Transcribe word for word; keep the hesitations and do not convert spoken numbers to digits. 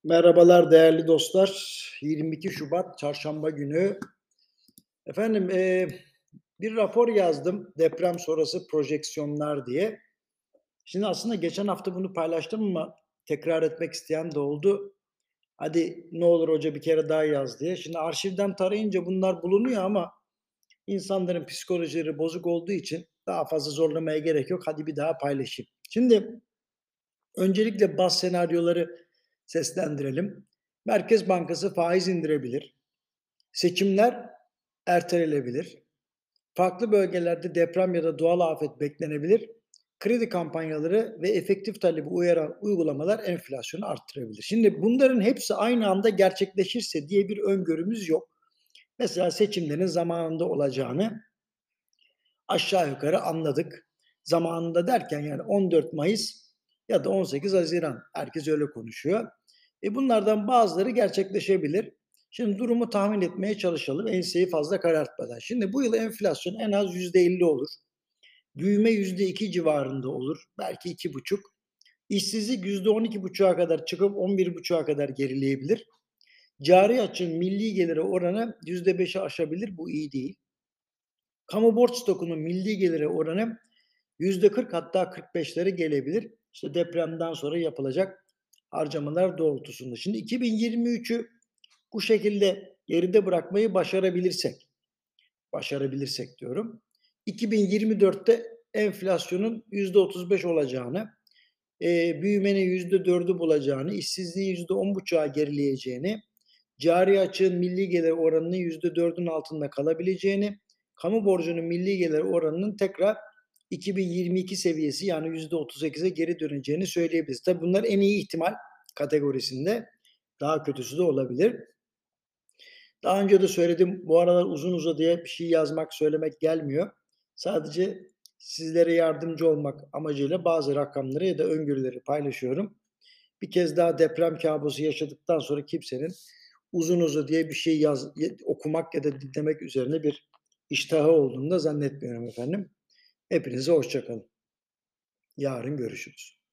Merhabalar değerli dostlar. yirmi iki Şubat Çarşamba günü. Efendim eee, bir rapor yazdım deprem sonrası projeksiyonlar diye. Şimdi aslında geçen hafta bunu paylaştım ama tekrar etmek isteyen de oldu. Hadi ne olur hoca bir kere daha yaz diye. Şimdi arşivden tarayınca bunlar bulunuyor ama insanların psikolojileri bozuk olduğu için daha fazla zorlamaya gerek yok. Hadi bir daha paylaşayım. Şimdi öncelikle baz senaryoları seslendirelim. Merkez Bankası faiz indirebilir. Seçimler ertelenebilir. Farklı bölgelerde deprem ya da doğal afet beklenebilir. Kredi kampanyaları ve efektif talebi uyaran uygulamalar enflasyonu arttırabilir. Şimdi bunların hepsi aynı anda gerçekleşirse diye bir öngörümüz yok. Mesela seçimlerin zamanında olacağını aşağı yukarı anladık. Zamanında derken yani on dört Mayıs ya da on sekiz Haziran. Herkes öyle konuşuyor. E bunlardan bazıları gerçekleşebilir. Şimdi durumu tahmin etmeye çalışalım enseyi fazla karartmadan. Şimdi bu yıl enflasyon en az yüzde elli olur. Büyüme yüzde iki civarında olur. Belki iki buçuk. İşsizlik yüzde on iki buçuğa kadar çıkıp on bir buçuğa kadar gerileyebilir. Cari açığın milli gelire oranı yüzde beşi aşabilir. Bu iyi değil. Kamu borç stokunun milli gelire oranı yüzde kırk hatta kırk beşlere gelebilir. İşte depremden sonra yapılacak harcamalar doğrultusunda. Şimdi iki bin yirmi üçü bu şekilde geride bırakmayı başarabilirsek, başarabilirsek diyorum. iki bin yirmi dörtte enflasyonun yüzde otuz beş olacağını, e, büyümenin yüzde dördü bulacağını, işsizliği yüzde on buçuğa gerileyeceğini, cari açığın milli gelir oranının yüzde dördün altında kalabileceğini, kamu borcunun milli gelir oranının tekrar iki bin yirmi iki seviyesi yani yüzde otuz sekize geri döneceğini söyleyebiliriz. Tabii bunlar en iyi ihtimal kategorisinde. Daha kötüsü de olabilir. Daha önce de söyledim. Bu aralar uzun uzadıya bir şey yazmak, söylemek gelmiyor. Sadece sizlere yardımcı olmak amacıyla bazı rakamları ya da öngörüleri paylaşıyorum. Bir kez daha deprem kabusu yaşadıktan sonra kimsenin uzun uzadıya bir şey yaz, okumak ya da dinlemek üzerine bir iştahı olduğunu da zannetmiyorum efendim. Hepinize hoşça kalın. Yarın görüşürüz.